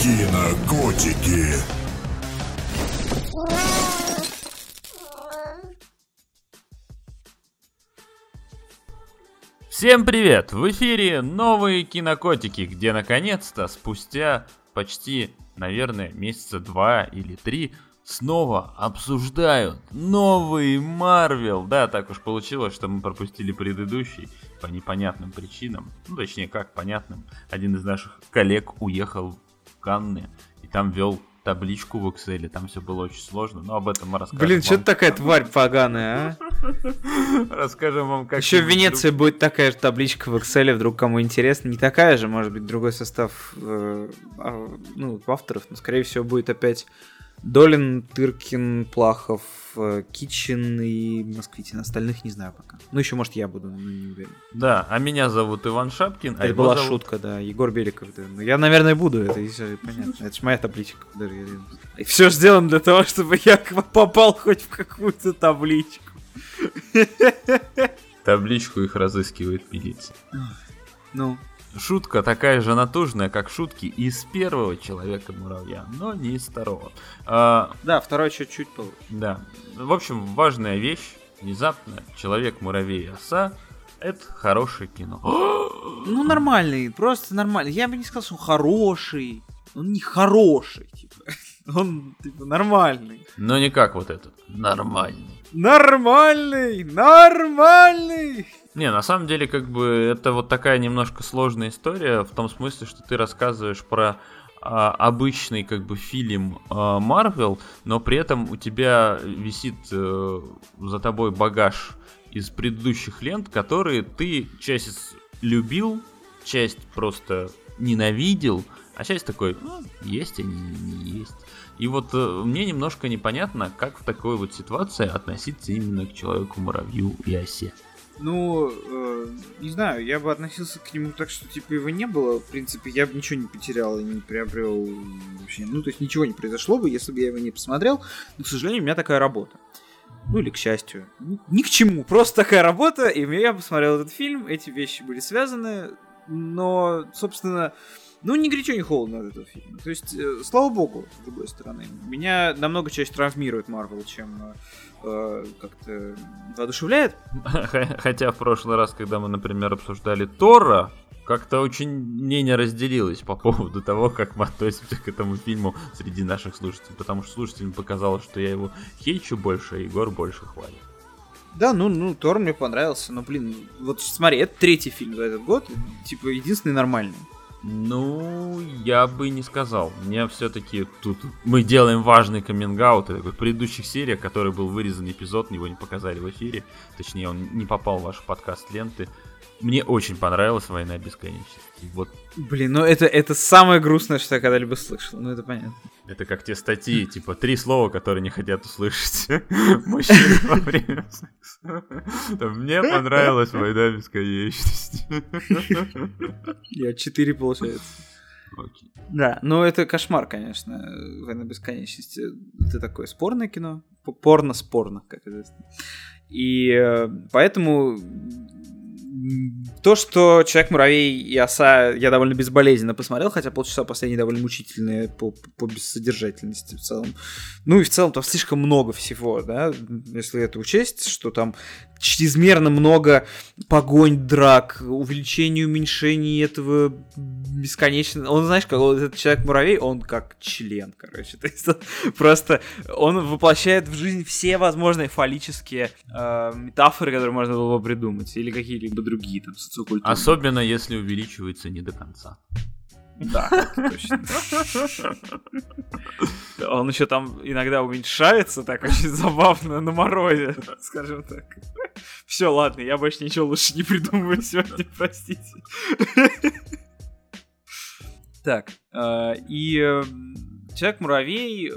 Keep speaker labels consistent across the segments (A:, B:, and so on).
A: Кинокотики.
B: Всем привет! В эфире новые Кинокотики, где наконец-то спустя почти, наверное, месяца 2 или 3 снова обсуждают новый Марвел. Да, так уж получилось, что мы пропустили предыдущий по непонятным причинам. Ну, точнее, как понятным. Один из наших коллег уехал в Канны и там вел табличку в Excel, там все было очень сложно, но об этом мы расскажем.
C: Блин, что ты такая тварь поганая, а?
B: Расскажем вам, как...
C: Еще в Венеции будет такая же табличка в Excel, вдруг кому интересно. Не такая же, может быть, другой состав авторов, но, скорее всего, будет опять Долин, Тыркин, Плахов, Кичин и Москвитин. Остальных не знаю пока. Ну, еще, может, я буду, но не уверен.
B: Да, а меня зовут Иван Шапкин.
C: Это была шутка, да, Егор Беликов. Да. Но я, наверное, буду, это и все понятно. Это же моя табличка. И все сделано для того, чтобы я попал хоть в какую-то табличку.
B: Табличку их разыскивает милиция.
C: Ну...
B: Шутка такая же натужная, как шутки из первого Человека-муравья, но не из второго.
C: Да, второй чуть-чуть был.
B: Да. В общем, важная вещь. Внезапно Человек-муравей и оса — это хорошее кино.
C: Ну, нормальный, просто нормальный. Я бы не сказал, что он хороший. Он не хороший, типа. Он, типа, нормальный.
B: Но не как вот этот. Нормальный.
C: Нормальный! Нормальный!
B: Не, на самом деле, как бы, это вот такая немножко сложная история, в том смысле, что ты рассказываешь про обычный, как бы, фильм Marvel, но при этом у тебя висит за тобой багаж из предыдущих лент, которые ты часть любил, часть просто ненавидел, а часть такой, есть они, не есть. И вот мне немножко непонятно, как в такой вот ситуации относиться именно к Человеку-муравью и осе.
C: Ну, не знаю, я бы относился к нему так, что типа его не было. В принципе, я бы ничего не потерял и не приобрел вообще. Ну, то есть ничего не произошло бы, если бы я его не посмотрел. Но, к сожалению, у меня такая работа. Ну, или к счастью. Ни к чему, просто такая работа. И я посмотрел этот фильм, эти вещи были связаны. Но, собственно, ну, ни горячо, ни холодно от этого фильма. То есть, слава богу, с другой стороны. Меня намного чаще травмирует Марвел, чем... как-то воодушевляет.
B: Хотя в прошлый раз, когда мы, например, обсуждали Тора, как-то очень мнение разделилось по поводу того, как мы относимся к этому фильму среди наших слушателей. Потому что слушателям показалось, что я его хейчу больше, а Егор больше хвалит.
C: Да, ну, Тор мне понравился, но, блин, вот смотри, это третий фильм за этот год, типа, единственный нормальный.
B: Ну, я бы не сказал. Мне все-таки тут мы делаем важный каминг-аут. Это такой в предыдущих сериях, который был вырезан эпизод, его не показали в эфире. Точнее, он не попал в ваш подкаст ленты. Мне очень понравилась «Война бесконечности». Вот.
C: Блин, ну это самое грустное, что я когда-либо слышал. Ну, это понятно.
B: Это как те статьи, типа 3 слова, которые не хотят услышать мужчины во время секса. Мне понравилась «Война бесконечности».
C: Я 4, получается.
B: Окей.
C: Да, ну это кошмар, конечно, «Война бесконечности». Это такое спорное кино. Порно-спорно, как известно. И поэтому... То, что Человек-муравей и оса я довольно безболезненно посмотрел, хотя полчаса последние довольно мучительные по бессодержательности в целом. Ну и в целом там слишком много всего, да, если это учесть, что там чрезмерно много погонь, драк, увеличение, уменьшение этого бесконечно. Он, знаешь, как вот этот Человек-муравей, он как член, короче. То есть он просто он воплощает в жизнь все возможные фаллические метафоры, которые можно было бы придумать, или какие-либо другие там социокультурные.
B: Особенно если увеличивается не до конца.
C: Да, точно. Он еще там иногда уменьшается, так очень забавно, на морозе, скажем так. Все, ладно, я больше ничего лучше не придумываю сегодня, простите. Так, и Человек-муравей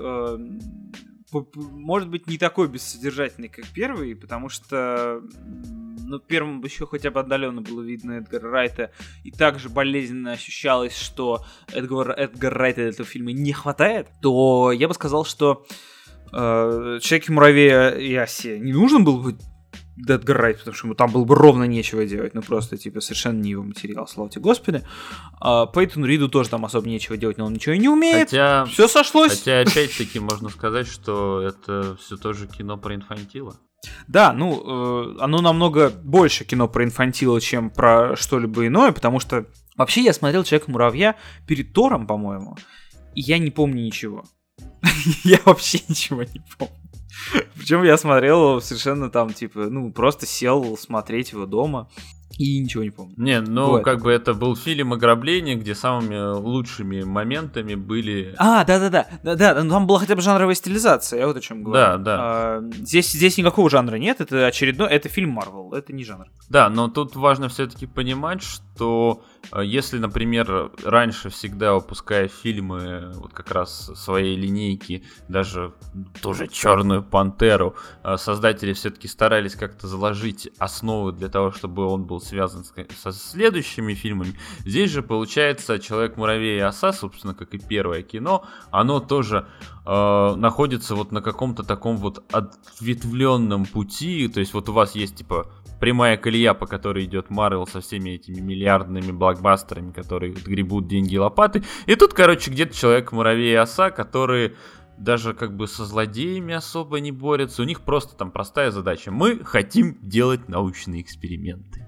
C: может быть не такой бессодержательный, как первый, потому что в первом еще хотя бы отдаленно было видно Эдгара Райта, и также болезненно ощущалось, что Эдгара Райта этого фильма не хватает, то я бы сказал, что Человеку-муравея и осе не нужно было бы Эдгар Райт, потому что ему там было бы ровно нечего делать, ну просто, типа, совершенно не его материал, слава тебе Господи. Пейтону Риду тоже там особо нечего делать, но он ничего и не умеет, все сошлось.
B: Хотя, опять-таки, можно сказать, что это все тоже кино про инфантила.
C: Да, ну, оно намного больше кино про инфантила, чем про что-либо иное, потому что вообще я смотрел Человека-муравья перед Тором, по-моему, и я не помню ничего. Я вообще ничего не помню. Причем я смотрел совершенно там, типа, ну, просто сел смотреть его дома и ничего не помню.
B: Не, ну, вот. Как бы это был фильм ограбления, где самыми лучшими моментами были...
C: Да, ну там была хотя бы жанровая стилизация, я вот о чем говорю.
B: Да.
C: Здесь никакого жанра нет, это очередной, это фильм Marvel, это не жанр.
B: Да, но тут важно все-таки понимать, что если, например, раньше всегда выпуская фильмы вот как раз своей линейки, даже тоже «Черную пантеру», создатели все-таки старались как-то заложить основы для того, чтобы он был связан со следующими фильмами. Здесь же получается «Человек-муравей и оса», собственно, как и первое кино, оно тоже находится вот на каком-то таком вот ответвленном пути, то есть вот у вас есть типа прямая колея, по которой идет Марвел со всеми этими миллиардными блокбастерами, которые гребут деньги и лопаты, и тут, короче, где-то Человек-муравей и оса, которые даже как бы со злодеями особо не борются. У них просто там простая задача. Мы хотим делать научные эксперименты.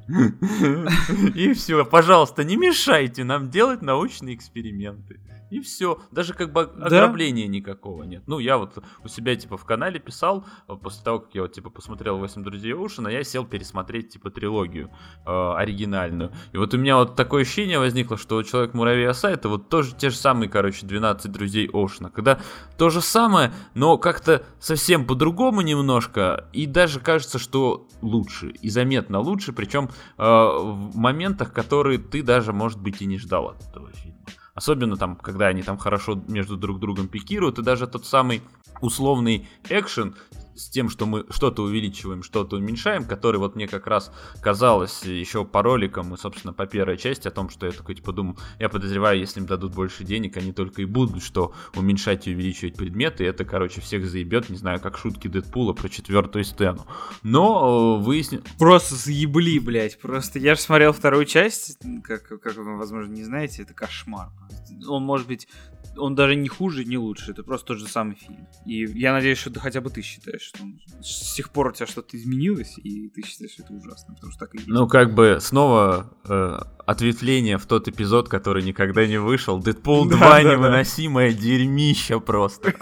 B: И все, пожалуйста, не мешайте нам делать научные эксперименты. И все. Даже как бы ограбления никакого нет. Ну, я вот у себя типа в канале писал, после того, как я вот типа посмотрел 8 друзей Оушена, я сел пересмотреть типа трилогию оригинальную. И вот у меня вот такое ощущение возникло, что Человек-муравей и оса это вот тоже те же самые, короче, 12 друзей Оушена. Когда то же самое, но как-то совсем по-другому немножко. И даже кажется, что лучше. И заметно лучше. Причем в моментах, которые ты даже, может быть, и не ждал от этого фильма. Особенно там, когда они там хорошо между друг другом пикируют, и даже тот самый условный экшен с тем, что мы что-то увеличиваем, что-то уменьшаем, который вот мне как раз казалось еще по роликам и, собственно, по первой части о том, что я такой типа думал, я подозреваю, если им дадут больше денег, они только и будут, что уменьшать и увеличивать предметы, и это, короче, всех заебет, не знаю, как шутки Дэдпула про 4-ю сцену. Но выяснилось...
C: Просто заебли, блять, просто я же смотрел вторую часть, как вы, возможно, не знаете, это кошмар. Он, может быть, он даже не хуже, не лучше, это просто тот же самый фильм. И я надеюсь, что хотя бы ты считаешь, что с тех пор у тебя что-то изменилось, и ты считаешь, что это ужасно, потому что так и есть.
B: Ну, как бы, снова ответвление в тот эпизод, который никогда не вышел. Дэдпул 2 невыносимое дерьмище просто.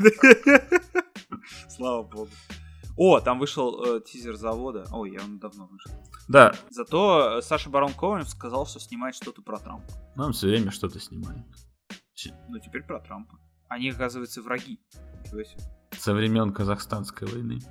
C: Слава богу. О, там вышел тизер завода. Ой, он давно вышел.
B: Да.
C: Зато Саша Барон Коэн сказал, что снимает что-то про Трампа.
B: Он все время что-то снимает.
C: Ну, теперь про Трампа. Они, оказывается, враги. Чего себе?
B: Со времен Казахстанской войны.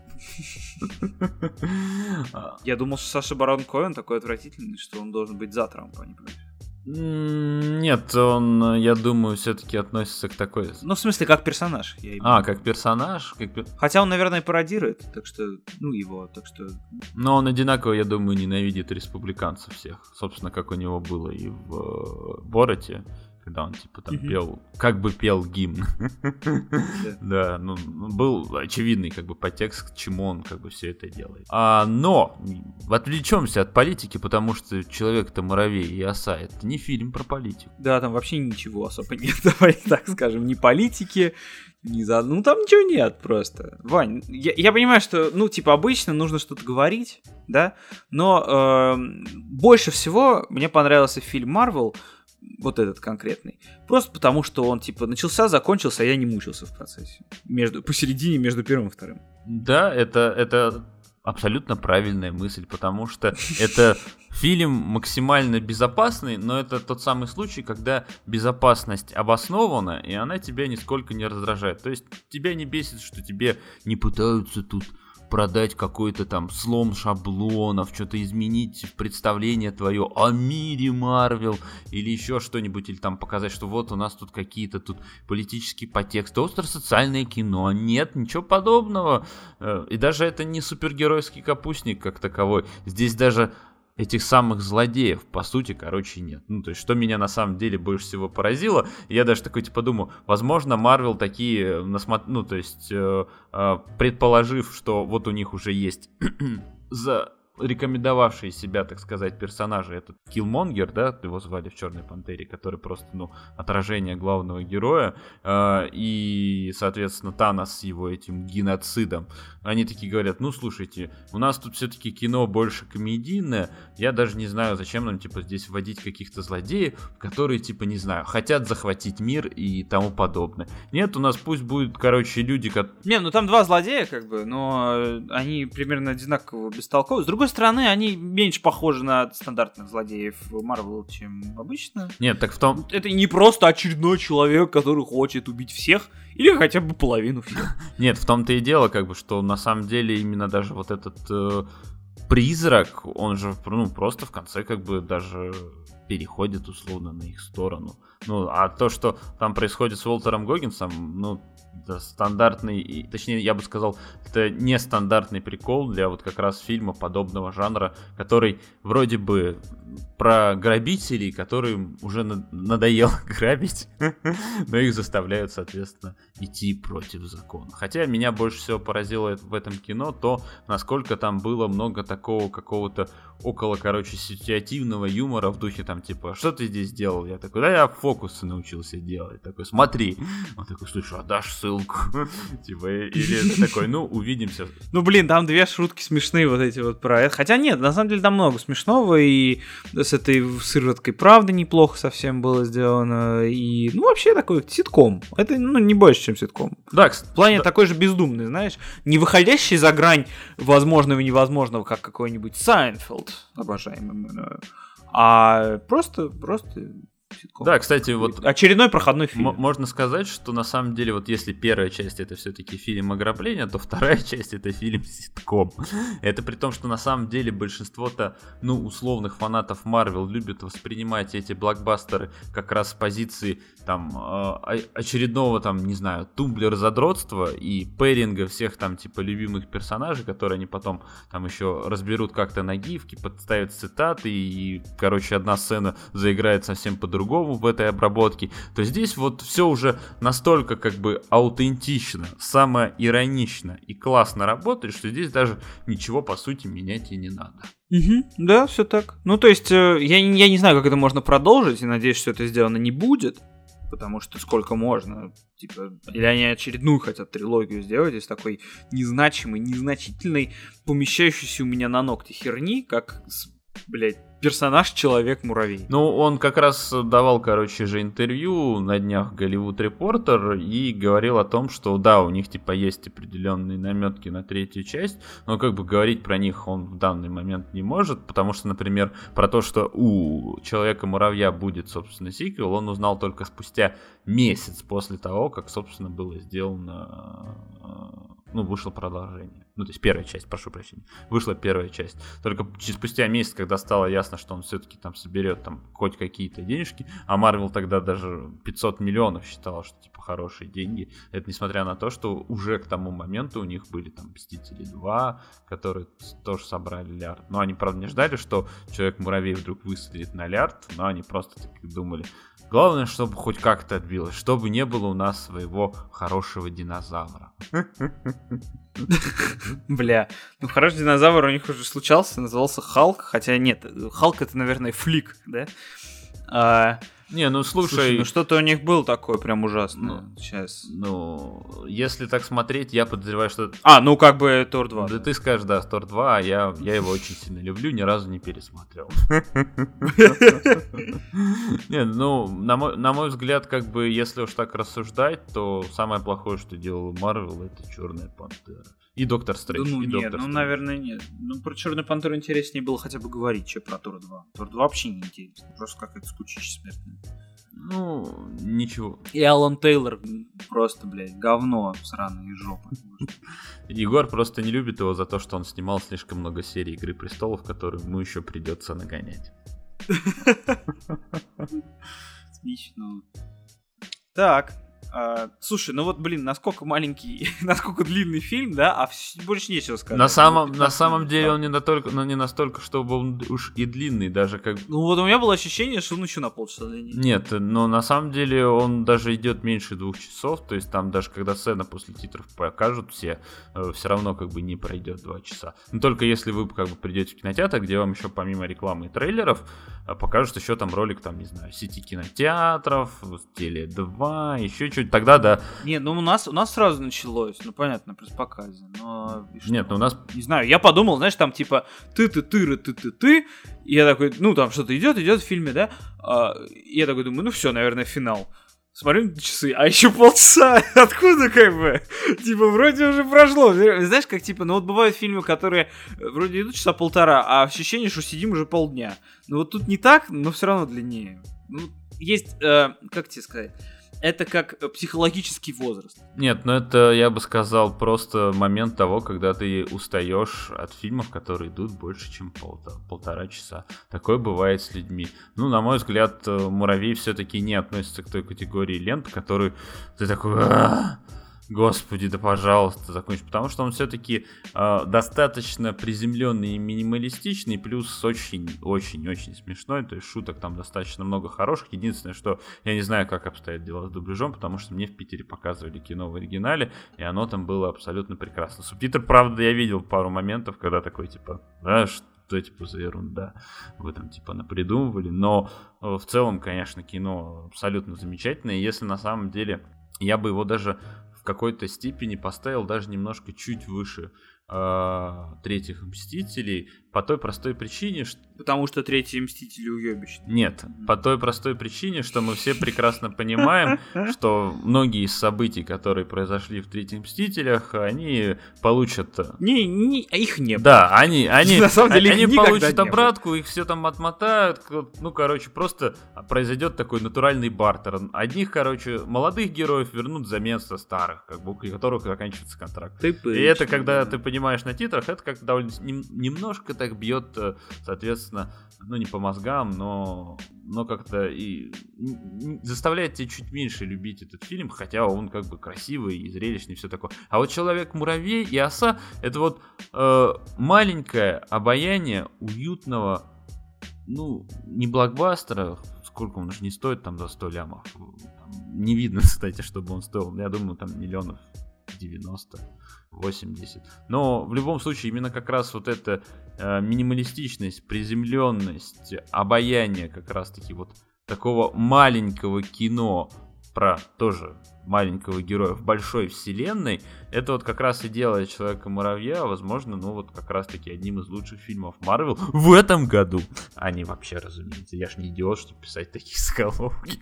C: Я думал, что Саша Барон Коэн такой отвратительный, что он должен быть за Трампа, а не против.
B: Нет, он, я думаю, все-таки относится к такой...
C: Ну, в смысле, как персонаж.
B: Как персонаж?
C: Хотя он, наверное, пародирует, так что... Ну, его, так что...
B: Но он одинаково, я думаю, ненавидит республиканцев всех. Собственно, как у него было и в Борате. Когда он типа там пел, как бы пел гимн. Да, ну был очевидный как бы подтекст, к чему он как бы все это делает. Но отвлечемся от политики, потому что «Человек-то муравей и оса» — это не фильм про политику.
C: Да, там вообще ничего особо нет, давай так скажем, ни политики, ни за... Ну там ничего нет просто. Вань, я понимаю, что, ну типа обычно нужно что-то говорить, да, но больше всего мне понравился фильм Marvel, вот этот конкретный. Просто потому, что он, типа, начался, закончился, а я не мучился в процессе. Посередине между первым и вторым.
B: Да, это абсолютно правильная мысль, потому что это фильм максимально безопасный, но это тот самый случай, когда безопасность обоснована, и она тебя нисколько не раздражает. То есть тебя не бесит, что тебе не пытаются тут продать какой-то там слом шаблонов, что-то изменить в представление твое о мире Марвел или еще что-нибудь, или там показать, что вот у нас тут какие-то тут политические подтексты, остро-социальное кино. Нет, ничего подобного. И даже это не супергеройский капустник как таковой. Здесь даже этих самых злодеев, по сути, короче, нет. Ну, то есть, что меня на самом деле больше всего поразило, я даже такой, типа, думаю, возможно, Marvel такие, предположив, что вот у них уже есть рекомендовавшие себя, так сказать, персонажи. Этот Киллмонгер, да, его звали в «Черной пантере», который просто, отражение главного героя, и, соответственно, Танос с его этим геноцидом. Они такие говорят, слушайте, у нас тут все-таки кино больше комедийное, я даже не знаю, зачем нам, здесь вводить каких-то злодеев, которые, не знаю, хотят захватить мир и тому подобное. Нет, у нас пусть будут, люди,
C: Не, там два злодея, но они примерно одинаково бестолковы. С другой стороны, они меньше похожи на стандартных злодеев Марвел, чем обычно.
B: Нет, так в том...
C: Это не просто очередной человек, который хочет убить всех, или хотя бы половину всех.
B: Нет, в том-то и дело, что на самом деле именно даже вот этот призрак, он же, просто в конце даже переходит условно на их сторону. А то, что там происходит с Уолтером Гоггинсом, это стандартный, точнее, я бы сказал, это нестандартный прикол для вот как раз фильма подобного жанра, который вроде бы про грабителей, которым уже надоело грабить, но их заставляют, соответственно, идти против закона. Хотя меня больше всего поразило в этом кино то, насколько там было много такого какого-то около, ситуативного юмора в духе что ты здесь делал? Я такой, да я фокусы научился делать. Такой, смотри. Он такой, слушай, отдашь ссылку? Или это такой, увидимся.
C: Там две шутки смешные вот эти вот про это. Хотя нет, на самом деле там много смешного, и с этой сывороткой правда неплохо совсем было сделано, и, вообще такой ситком. Это, не больше, чем ситком.
B: Да,
C: в плане такой же бездумный, знаешь, не выходящий за грань возможного и невозможного, как какой-нибудь Сайнфелд, обожаемый, а просто ситком.
B: Да, кстати,
C: очередной проходной фильм.
B: Можно сказать, что на самом деле, если первая часть это все-таки фильм ограбления, то вторая часть это фильм ситком. Это при том, что на самом деле большинство-то, условных фанатов Marvel любят воспринимать эти блокбастеры как раз с позиции очередного не знаю, тумблер-задротства и пэринга всех любимых персонажей, которые они потом еще разберут как-то на гифки, подставят цитаты и, одна сцена заиграет совсем по-другому в этой обработке, то здесь все уже настолько аутентично, самоиронично и классно работает, что здесь даже ничего по сути менять и не надо.
C: Да, все так. То есть, я не знаю, как это можно продолжить, и надеюсь, что это сделано не будет, потому что сколько можно, или они очередную хотят трилогию сделать из такой незначимой, незначительной, помещающейся у меня на ногти херни, как, персонаж Человек-муравей.
B: Он как раз давал, же интервью на днях Hollywood Reporter и говорил о том, что да, у них есть определенные наметки на третью часть, но говорить про них он в данный момент не может, потому что, например, про то, что у Человека-муравья будет, собственно, сиквел, он узнал только спустя месяц после того, как, собственно, было сделано... вышло продолжение. То есть первая часть, прошу прощения. Вышла первая часть. Только спустя месяц, когда стало ясно, что он все-таки соберет хоть какие-то денежки, а Marvel тогда даже 500 миллионов считала, что хорошие деньги. Это несмотря на то, что уже к тому моменту у них были Мстители 2, которые тоже собрали лярд. Но они, правда, не ждали, что Человек-муравей вдруг выстрелит на лярд, но они просто думали, главное, чтобы хоть как-то отбилось, чтобы не было у нас своего хорошего динозавра.
C: Бля, хороший динозавр у них уже случался, назывался Халк, хотя нет, Халк это, наверное, флик, да?
B: Слушай,
C: что-то у них было такое прям ужасное. Сейчас.
B: Если так смотреть, я подозреваю, что...
C: Тор 2.
B: Да ты скажешь, да, Тор 2, а я его очень сильно люблю, ни разу не пересмотрел. На мой взгляд, если уж так рассуждать, то самое плохое, что делал Marvel, это Черная Пантера. И Доктор Стрэндж.
C: Наверное, нет. Про Черную Пантеру интереснее было хотя бы говорить, чем про Тор 2. Тор 2 вообще не интересно. Просто какая-то скучища смертная.
B: Ничего.
C: И Алан Тейлор просто, говно сраное из жопы.
B: Егор просто не любит его за то, что он снимал слишком много серий Игры Престолов, которые ему еще придется нагонять.
C: Смешно. Так. Слушай, ну вот, блин, насколько маленький, насколько длинный фильм, да, а больше нечего сказать.
B: На самом деле он не настолько, чтобы он уж и длинный, даже как...
C: Ну вот у меня было ощущение, что он еще на полчаса длиннее.
B: Нет, но на самом деле он даже идет меньше 2 часов, то есть там даже когда сцена после титров покажут все равно как бы не пройдет 2 часа. Но только если вы как бы придете в кинотеатр, где вам еще помимо рекламы и трейлеров покажут еще там ролик, там, не знаю, сети кинотеатров, Теле2, еще что-то. Тогда да.
C: Не, ну у нас сразу началось, ну понятно, при показе, но...
B: Нет, ну у нас...
C: Не знаю, я подумал, знаешь, там типа ты, и я такой, ну там что-то идет в фильме, да, и я такой думаю, ну все, наверное, финал. Смотрю на часы, а еще полчаса, откуда как бы? Типа, вроде уже прошло. Знаешь, как типа, ну вот бывают фильмы, которые вроде идут часа полтора, а ощущение, что сидим уже полдня. Ну вот тут не так, но все равно длиннее. Ну, есть, как тебе сказать, это как психологический возраст.
B: Нет, ну это, я бы сказал, просто момент того, когда ты устаешь от фильмов, которые идут больше, чем полтора часа. Такое бывает с людьми. Ну, на мой взгляд, «Муравей» все-таки не относится к той категории лент, которую ты такой... Господи, да пожалуйста, закончи. Потому что он все-таки достаточно приземленный и минималистичный, плюс очень-очень-очень смешной. То есть шуток там достаточно много хороших. Единственное, что я не знаю, как обстоят дела с дубляжом, потому что мне в Питере показывали кино в оригинале, и оно там было абсолютно прекрасно. Субтитр, правда, я видел пару моментов, когда такой, типа, что типа за ерунда вы там типа напридумывали. Но в целом, конечно, кино абсолютно замечательное. И если на самом деле я бы его даже в какой-то степени поставил даже немножко чуть выше третьих Мстителей, по той простой причине, что...
C: Потому что третьи Мстители уебищные.
B: Нет, по той простой причине, что мы все прекрасно понимаем, что многие из событий, которые произошли в третьих Мстителях, они получат...
C: Их не было.
B: Да, они
C: на самом деле,
B: они получат обратку, их все там отмотают, ну, короче, просто произойдет такой натуральный бартер. Одних, короче, молодых героев вернут взамен старых, как бы, у которых заканчивается контракт. И это, когда ты понимаешь на титрах, это как довольно немножко так бьет, соответственно, ну не по мозгам, но как-то и заставляет тебя чуть меньше любить этот фильм, хотя он как бы красивый и зрелищный, и все такое. А вот «Человек-муравей» и «Оса» — это вот маленькое обаяние уютного, ну, не блокбастера, сколько он же не стоит там за 100 лямов. Не видно, кстати, чтобы он стоил, я думаю, там 90 80. Но в любом случае именно как раз вот эта минималистичность, приземленность, обаяние как раз таки вот такого маленького кино про тоже маленького героя в большой вселенной, это вот как раз и делает «Человека-муравья», возможно, ну вот как раз таки одним из лучших фильмов Marvel в этом году. А не вообще, разумеется. Я ж не идиот, чтобы писать такие заголовки.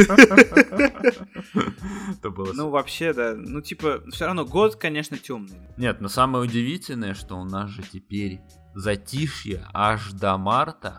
C: Ну вообще, да. Ну типа, все равно год, конечно, темный.
B: Нет, но самое удивительное, что у нас же теперь затишье аж до марта.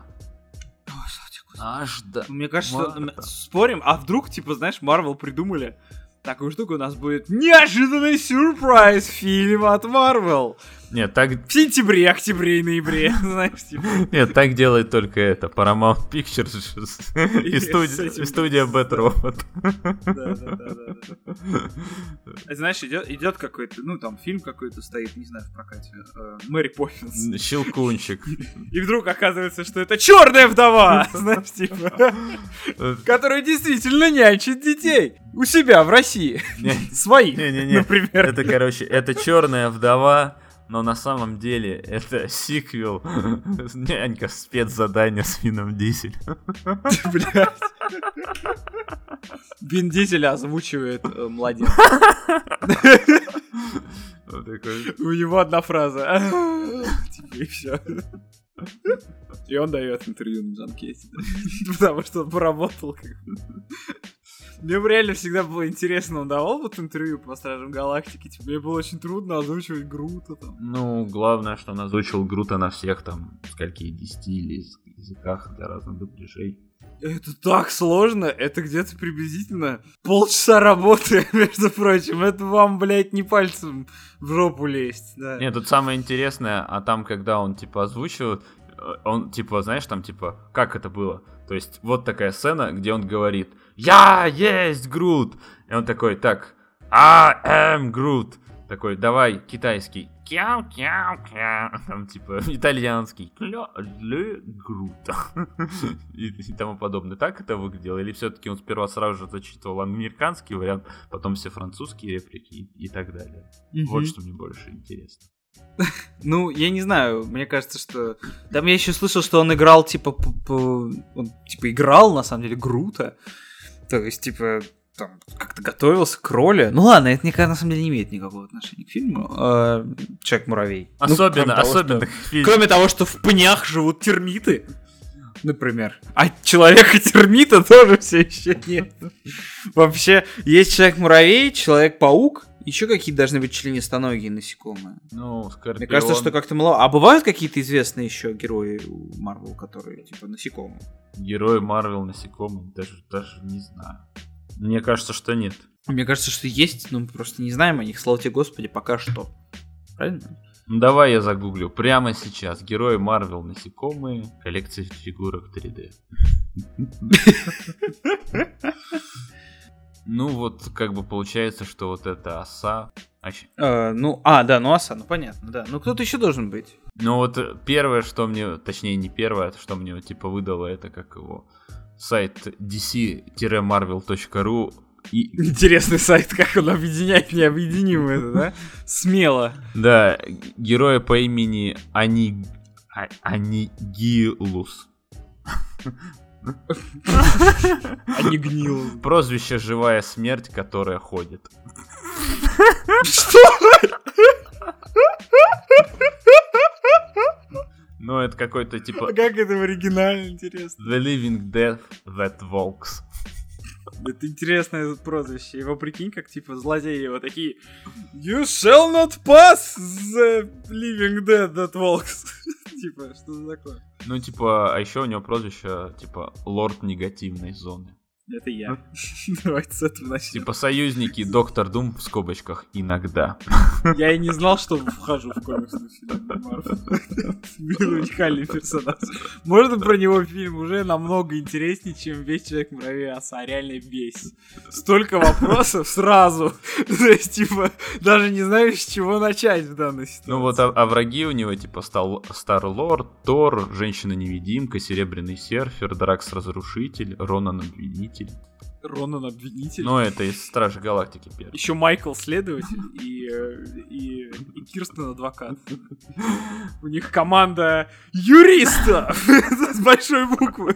B: Аж до...
C: Мне кажется, что спорим, а вдруг, типа, знаешь, Marvel придумали такую штуку, у нас будет неожиданный сюрприз фильм от Marvel.
B: Нет, так...
C: В сентябре, октябре и ноябре, знаешь, типа.
B: Нет, так делает только это, Paramount Pictures и студия Bad Robot.
C: Да. Знаешь, идет какой-то, ну там фильм какой-то стоит, не знаю, в прокате, Мэри Поппинс.
B: Щелкунчик.
C: И вдруг оказывается, что это черная вдова, знаешь, типа, которая действительно нянчит детей у себя в России. Своих, например.
B: Это, короче, это черная вдова. Но на самом деле это сиквел «Нянька. Спецзадание» с Вином Дизелем.
C: Блядь. Вин Дизель озвучивает младенца. У него одна фраза. Типа и все. И он дает интервью на Джанкете. Потому что он поработал как бы. Мне бы реально всегда было интересно, он давал вот интервью по Стражам Галактики, типа, мне было очень трудно озвучивать Грута там.
B: Ну, главное, что он озвучил Грута на всех там, скольких 10 или языках для разных дубляжей.
C: Это так сложно, это где-то приблизительно полчаса работы, между прочим, это вам, блядь, не пальцем в жопу лезть, да.
B: Нет, тут самое интересное, а там, когда он, типа, озвучивает, он, типа, знаешь, там, типа, как это было? То есть, вот такая сцена, где он говорит: «Я есть Грут!» И он такой: «Так, I am Groot». Такой: «Давай, китайский». Кяу-кяу-кяу. Там, типа, итальянский. Грут. И тому подобное. Так это выглядело? Или все-таки он сперва сразу же зачитывал американский вариант, потом все французские реплики и так далее? Вот что мне больше интересно.
C: Ну, я не знаю, мне кажется, что... Там я еще слышал, что он играл, типа, он, типа, играл, на самом деле, Грута. То есть, типа, там, как-то готовился к роли. Ну ладно, это, на самом деле, не имеет никакого отношения к фильму. Человек-муравей.
B: Особенно
C: Кроме того, что в пнях живут термиты, например. А человека-термита тоже все еще нет. Вообще, есть Человек-муравей, Человек-паук. Еще какие должны быть членистоногие насекомые?
B: Ну, Скорпион.
C: Мне кажется, что как-то мало. А бывают какие-то известные еще герои у Марвел, которые типа насекомые?
B: Герои Марвел насекомые? Даже не знаю. Мне кажется, что нет.
C: Мне кажется, что есть, но мы просто не знаем о них. Слава тебе, Господи, пока что. Правильно?
B: Ну, давай я загуглю прямо сейчас. Герои Марвел насекомые. Коллекция фигурок 3D. Ну вот, как бы получается, что вот эта оса...
C: оса, ну понятно, да. Ну кто-то еще должен быть.
B: Ну вот первое, что мне... Точнее, не первое, что мне типа выдало, это как его... Сайт dc-marvel.ru.
C: Интересный сайт, как он объединяет необъединимое, да? Смело.
B: Да, героя по имени Анигилус.
C: Анигнил.
B: Прозвище «Живая смерть, которая ходит».
C: Что?
B: Ну, это какой-то типа...
C: Как это в оригинале, интересно?
B: The Living Death That Walks.
C: Это интересное прозвище. Его прикинь, как типа злодеи его такие: You shall not pass the living dead that walks. Типа, что за такое?
B: Ну, типа, а еще у него прозвище, типа, Лорд Негативной Зоны.
C: Это я. Давайте с этого начнем.
B: Типа, союзники Доктор Дум в скобочках иногда.
C: Я и не знал, что вхожу в комиксную вселенную Марвел. Блин, уникальный персонаж. Можно про него фильм уже намного интереснее, чем весь Человек-муравей Оса. Реально весь. Столько вопросов сразу. То есть, типа, даже не знаю, с чего начать в данной ситуации.
B: Ну вот, а враги у него, типа, Стар-Лорд, Тор, Женщина-невидимка, Серебряный серфер, Дракс-разрушитель, Ронан-обвинитель.
C: Ронан-обвинитель.
B: Ну, это из Стражей Галактики первый.
C: Еще Майкл следователь и Кирстен адвокат. У них команда юристов с большой буквы.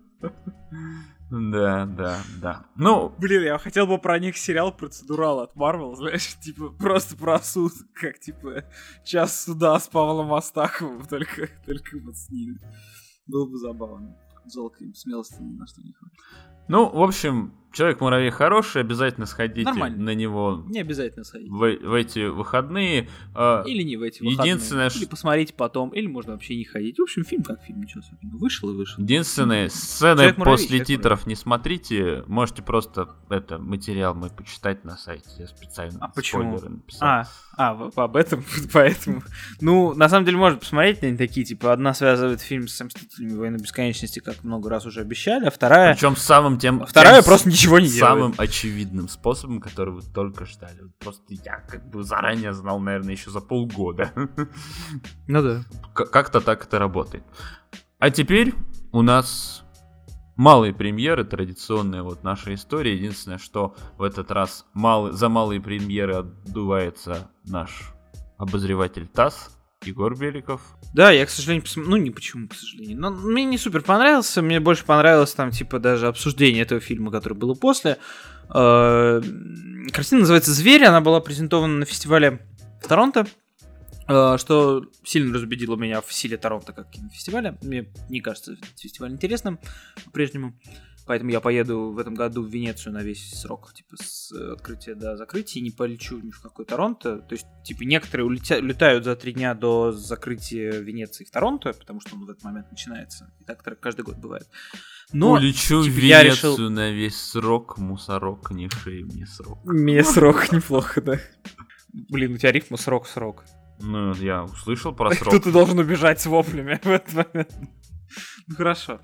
B: Да. Ну,
C: блин, я хотел бы про них сериал «Процедурал» от Marvel, знаешь, типа просто про суд, как типа «Час суда» с Павлом Астаховым, только вот с ним. Было бы забавно. Жалко, им смелости ни на что не хватит.
B: Ну, в общем, Человек-муравей хороший, обязательно сходите
C: нормально.
B: На него.
C: Не обязательно сходить.
B: В эти выходные.
C: Или не в эти выходные.
B: Единственное,
C: или посмотрите потом, или можно вообще не ходить. В общем, фильм как фильм, ничего особенного. Вышел и вышел.
B: Единственное, сцены после титров не смотрите. Можете просто материал мой почитать на сайте. Я специально спойлеры написал.
C: Об этом, поэтому. Ну, на самом деле, можно посмотреть, они такие, типа, одна связывает фильм с «Мстителями. Войны бесконечности», как много раз уже обещали, а вторая...
B: Причем самым тем...
C: Вторая просто ничего не делает.
B: Самым очевидным способом, который вы только ждали. Вот просто я как бы заранее знал, наверное, еще за полгода.
C: Ну да.
B: Как-то так это работает. А теперь у нас малые премьеры, традиционная вот наша история. Единственное, что в этот раз за малые премьеры отдувается наш обозреватель ТАСС Егор Беликов.
C: Да, я, к сожалению, посмотрел. Ну, не почему, к сожалению. Но мне не супер понравился. Мне больше понравилось там, типа, даже обсуждение этого фильма, который было после. Картина называется «Зверь». Она была презентована на фестивале в Торонто, что сильно разубедило меня в силе Торонто как кинофестиваля. Мне не кажется этот фестиваль интересным по-прежнему. Поэтому я поеду в этом году в Венецию на весь срок, типа, с открытия до закрытия, и не полечу ни в какой Торонто. То есть, типа, некоторые улетают за 3 дня до закрытия Венеции в Торонто, потому что он в этот момент начинается. И так каждый год бывает. Но,
B: улечу
C: типа,
B: в Венецию на весь срок, мусорок, не шей мне срок.
C: Мне срок неплохо, да. Блин, у тебя рифма срок.
B: Ну, я услышал про срок.
C: Кто-то должен убежать с воплями в этот момент. Ну, хорошо.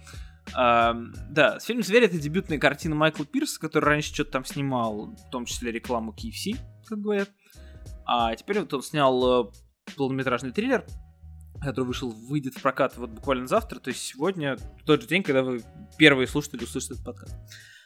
C: Да, фильм «Зверь» — это дебютная картина Майкла Пирса, который раньше что-то там снимал, в том числе рекламу KFC, как говорят. А теперь вот он снял полнометражный триллер, который выйдет в прокат вот буквально завтра, то есть сегодня, в тот же день, когда вы первые слушатели услышат этот подкаст.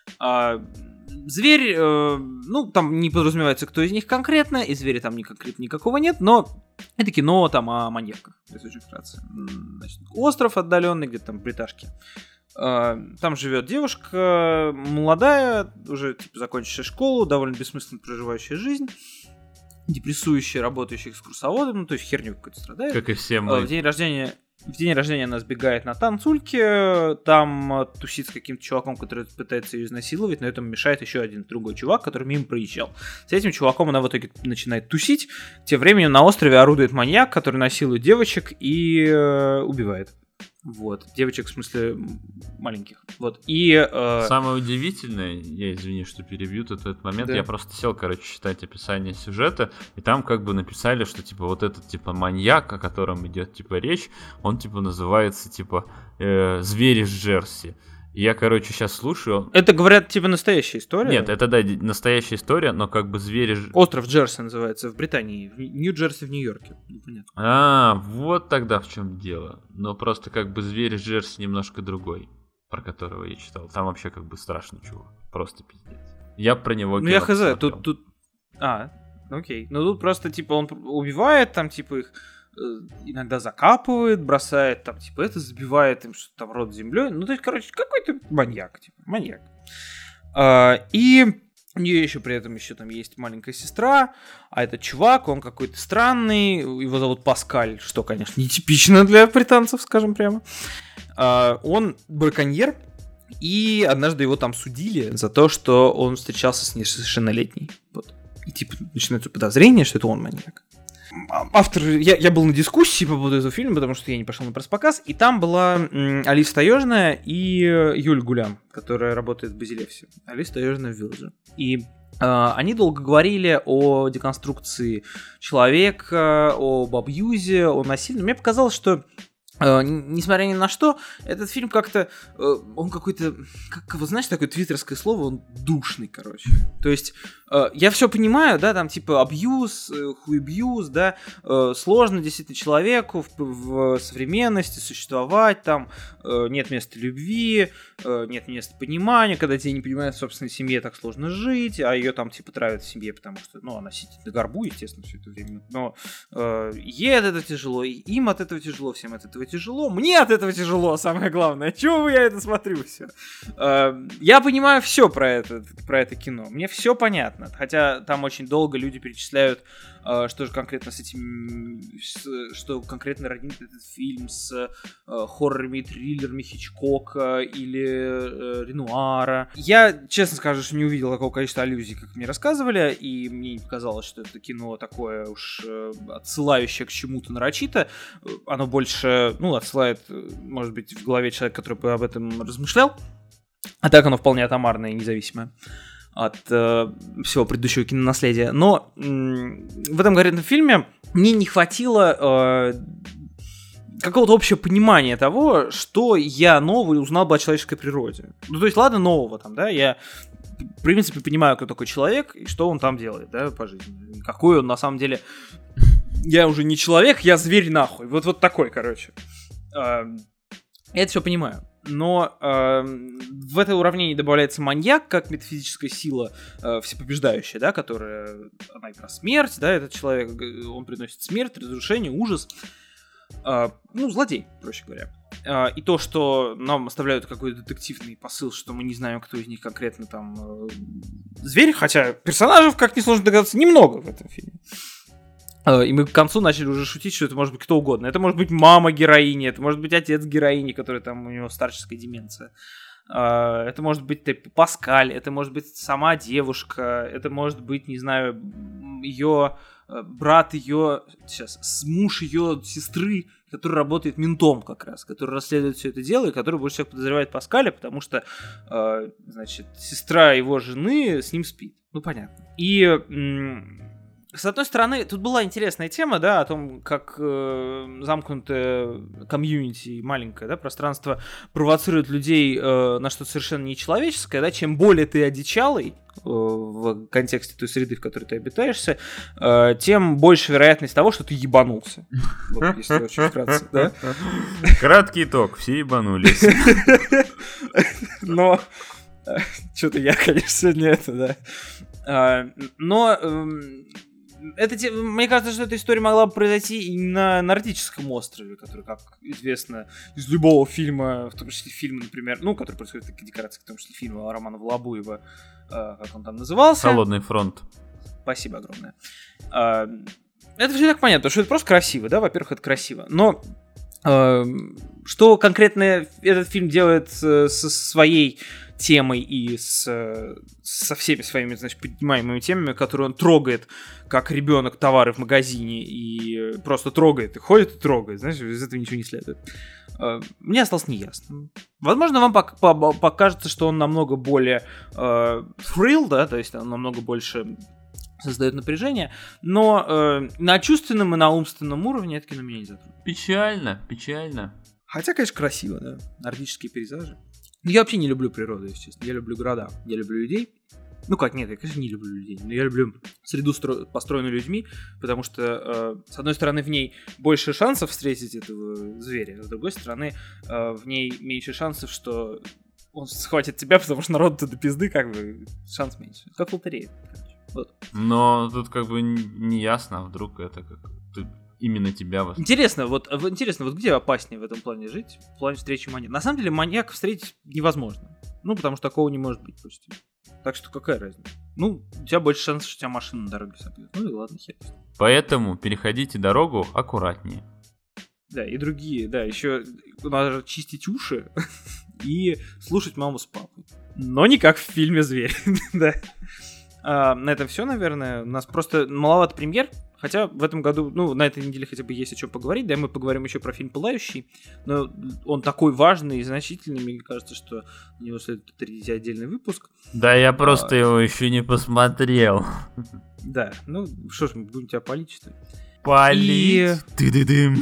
C: «Зверь», ну, там не подразумевается, кто из них конкретно, и «Зверя» там никакого нет, но это кино там о маньяках, если очень вкратце. Значит, остров отдаленный, где-то там в Бриташке. Там живет девушка молодая, уже типа закончившая школу, довольно бессмысленно проживающая жизнь, депрессующая, работающая экскурсоводом, ну, то есть херню какой-то страдает.
B: Как и все мы.
C: В день рождения она сбегает на танцульке, там тусит с каким-то чуваком, который пытается ее изнасиловать, но этому мешает еще один другой чувак, который мимо проезжал. С этим чуваком она в итоге начинает тусить. Тем временем на острове орудует маньяк, который насилует девочек и убивает. Вот. Девочек, в смысле, маленьких. Вот. И...
B: Самое удивительное, я извини, что перебью тут в этот момент,
C: да.
B: Я просто сел, читать описание сюжета, и там как бы написали, что, типа, вот этот, типа, маньяк, о котором идет, типа, речь, он, типа, называется, типа, «Зверь из Джерси». И я, сейчас слушаю...
C: Это, говорят, типа, настоящая история?
B: Нет, это, да, настоящая история, но как бы «Зверь из...»
C: Остров Джерси называется в Британии, в Нью-Джерси в Нью-Йорке. Непонятно.
B: Вот тогда в чем дело. Но просто как бы «Зверь из Джерси» немножко другой, про которого я читал. Там вообще как бы страшный чувак. Просто пиздец. Я про него...
C: Ну я хз, тут... окей. Ну тут просто, типа, он убивает, там, типа, их иногда закапывает, бросает, там, типа, это забивает им что-то там рот землей. Ну, то есть, какой-то маньяк, типа, маньяк. И у нее еще при этом там есть маленькая сестра, а этот чувак, он какой-то странный, его зовут Паскаль, что, конечно, нетипично для британцев, скажем прямо. Он браконьер, и однажды его там судили за то, что он встречался с несовершеннолетней. Вот. И, типа, начинается подозрение, что это он маньяк. Автор, я был на дискуссии по поводу этого фильма, потому что я не пошел на пресс-показ, и там была Алиса Таежная и Юль Гулям, которая работает в Базилевсе. Алиса Таежная в Вилледже. И они долго говорили о деконструкции человека, об абьюзе, о насилии. Мне показалось, что несмотря ни на что, этот фильм как-то, он какой-то, вы знаете, такое твиттерское слово, он душный, короче. То есть, я все понимаю, да, там типа абьюз, хуебьюз, да, сложно действительно человеку в современности существовать, там нет места любви, нет места понимания, когда тебя не понимают в собственной семье, так сложно жить, а ее там типа травят в семье, потому что, ну, она сидит на горбу, естественно, все это время, но ей от этого тяжело, им от этого тяжело, всем от этого тяжело, мне от этого тяжело, самое главное. Чего я это смотрю все? Я понимаю все про это кино. Мне все понятно. Хотя там очень долго люди перечисляют, что же конкретно с этим, что конкретно роднит этот фильм с хоррорами и триллерами Хичкока или Ренуара. Я, честно скажу, что не увидел такого количества аллюзий, как мне рассказывали, и мне не показалось, что это кино такое уж отсылающее к чему-то нарочито. Оно больше, отсылает, может быть, в голове человека, который об этом размышлял. А так оно вполне атомарное и независимое от всего предыдущего кинонаследия. Но в этом конкретном фильме мне не хватило какого-то общего понимания того, что я нового узнал бы о человеческой природе. Ну, то есть, ладно, нового там, да, я в принципе понимаю, кто такой человек и что он там делает, да, по жизни. Какой он на самом деле... Я уже не человек, я зверь нахуй. Вот такой, короче. Я это все понимаю. Но в это уравнение добавляется маньяк, как метафизическая сила всепобеждающая, да, которая, она как раз смерть, да, этот человек, он приносит смерть, разрушение, ужас. Злодей, проще говоря. И то, что нам оставляют какой-то детективный посыл, что мы не знаем, кто из них конкретно там зверь, хотя персонажей, как несложно догадаться, немного в этом фильме. И мы к концу начали уже шутить, что это может быть кто угодно. Это может быть мама героини, это может быть отец героини, который там, у него старческая деменция. Это может быть Паскаль, это может быть сама девушка, это может быть, не знаю, ее брат, муж ее сестры, который работает ментом как раз, который расследует все это дело, и который больше всех подозревает Паскаля, потому что, сестра его жены с ним спит. Ну, понятно. И... с одной стороны, тут была интересная тема, да, о том, как замкнутое комьюнити, маленькое, да, пространство провоцирует людей на что-то совершенно нечеловеческое, да, чем более ты одичалый в контексте той среды, в которой ты обитаешься, тем больше вероятность того, что ты ебанулся. Вот, если очень вкратце, да.
B: Краткий итог, все ебанулись.
C: Но что-то я, конечно, сегодня это, да. Но мне кажется, что эта история могла бы произойти и на Нордическом острове, который, как известно, из любого фильма, в том числе фильма, например, ну, который происходит в декорациях, в том числе фильма Романа Волобуева, как он там назывался.
B: «Холодный фронт».
C: Спасибо огромное. Это все так понятно, потому что это просто красиво, да, во-первых, это красиво, но что конкретно этот фильм делает со своей темой и со всеми своими, значит, поднимаемыми темами, которые он трогает, как ребенок товары в магазине, и просто трогает, и ходит, и трогает, знаешь, из этого ничего не следует. Мне осталось неясно. Возможно, вам покажется, что он намного более thrill, да, то есть он намного больше создает напряжение, но на чувственном и на умственном уровне это кино меня не затронет.
B: Печально.
C: Хотя, конечно, красиво, да, нордические пейзажи. Я вообще не люблю природу, если честно. Я люблю города, я люблю людей. Ну как, нет, я, конечно, не люблю людей, но я люблю среду, построенную людьми, потому что, с одной стороны, в ней больше шансов встретить этого зверя, а с другой стороны, в ней меньше шансов, что он схватит тебя, потому что народу-то до пизды, как бы, шанс меньше. Как в лотерее, короче. Вот.
B: Но тут как бы не ясно, вдруг это как именно тебя вас.
C: Интересно, вот где опаснее в этом плане жить, в плане встречи маньяка? На самом деле маньяка встретить невозможно. Ну, потому что такого не может быть почти. Так что какая разница? Ну, у тебя больше шансов, что у тебя машина на дороге собьет. Ну и ладно, хер.
B: Поэтому переходите дорогу аккуратнее.
C: Да, и другие, да, еще надо чистить уши и слушать маму с папой. Но не как в фильме «Зверь». Да. На этом все, наверное. У нас просто маловато премьер. Хотя в этом году, ну, на этой неделе хотя бы есть о чем поговорить. Да, мы поговорим еще про фильм «Пылающий». Но он такой важный и значительный, мне кажется, что на него следует отредить отдельный выпуск.
B: Да, я просто его еще не посмотрел.
C: Да, ну, что ж, мы будем тебя палить, что ли?
B: Палить? Ты-ды-дым.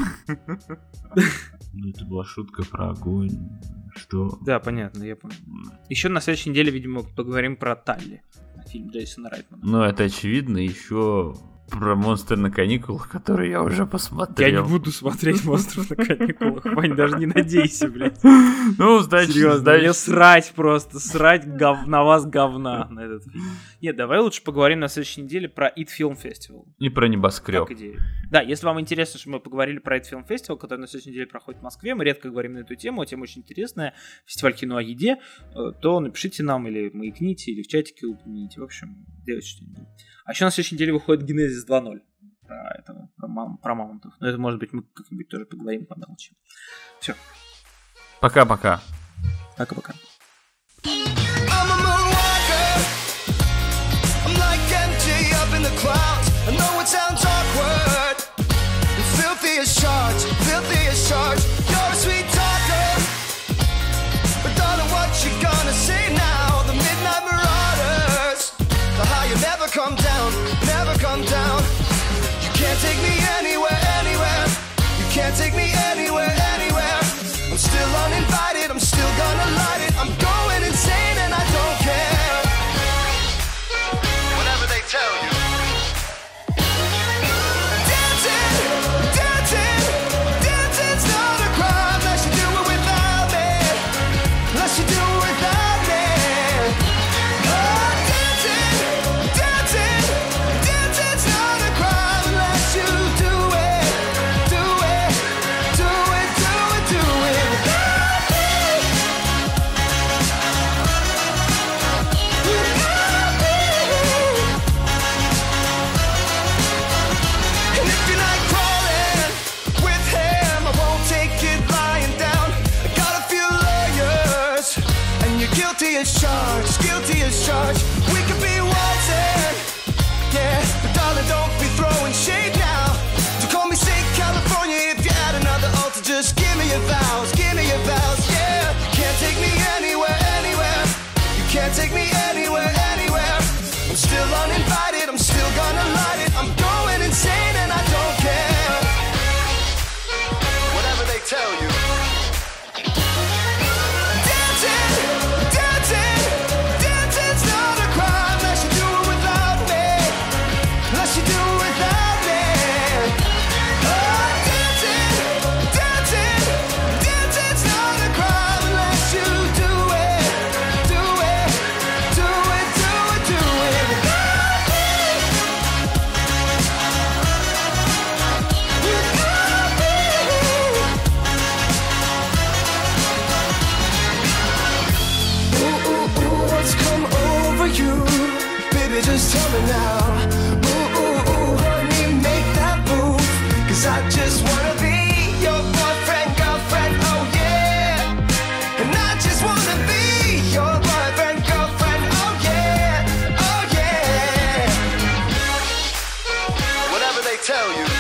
B: Ну, это была шутка про огонь. Что?
C: Да, понятно, я понял. Еще на следующей неделе, видимо, поговорим про Талли. Фильм Джейсона Райтмана.
B: Ну, это очевидно, еще про «Монстр на каникулах», который я уже посмотрел.
C: Я не буду смотреть «Монстр на каникулах», Вань, даже не надейся, блядь.
B: Ну, значит,
C: серьезно, мне срать просто, на вас говна на этот фильм. Нет, давай лучше поговорим на следующей неделе про It Film Festival.
B: И про «Небоскреб».
C: Как идея. Да, если вам интересно, что мы поговорили про It Film Festival, который на следующей неделе проходит в Москве, мы редко говорим на эту тему, тема очень интересная, фестиваль кино о еде, то напишите нам или маякните, или в чатике упомяните, в общем, делайте что-нибудь. А еще на следующей неделе выходит Генезис 2.0 про мамонтов. Но это, может быть, мы как-нибудь тоже поговорим по мелочи. Все.
B: Пока-пока.
C: Пока-пока.
A: Come down, never come down. You can't take me anywhere, anywhere. You can't take me anywhere, anywhere. I'm still uninvited, I'm still gonna light it. I'm going insane and I don't care. Whatever they tell you. Dancing, dancing, dancing's not a crime. Unless you do it without me. Unless you do it without me. Oh, dancing. Dancing's not a crime unless you do it, do it, do it, do it, do it without me. Without me. And if you're not crawling with him, I won't take it lying down. I got a few lawyers, and you're guilty as charged, guilty as charged. We could be waltzing. Yeah, but darling, don't be throwing shade now. To call me St. California if you add another altar. Just give me your vows, yeah. You can't take me anywhere, anywhere. You can't take me anywhere, anywhere. I'm still uninvited, I'm still gonna light it. I'm going tell me now. Ooh, ooh, ooh, honey, make that move. 'Cause I just wanna be your boyfriend, girlfriend, oh yeah. And I just wanna be your boyfriend, girlfriend, oh yeah, oh yeah. Whatever they tell you.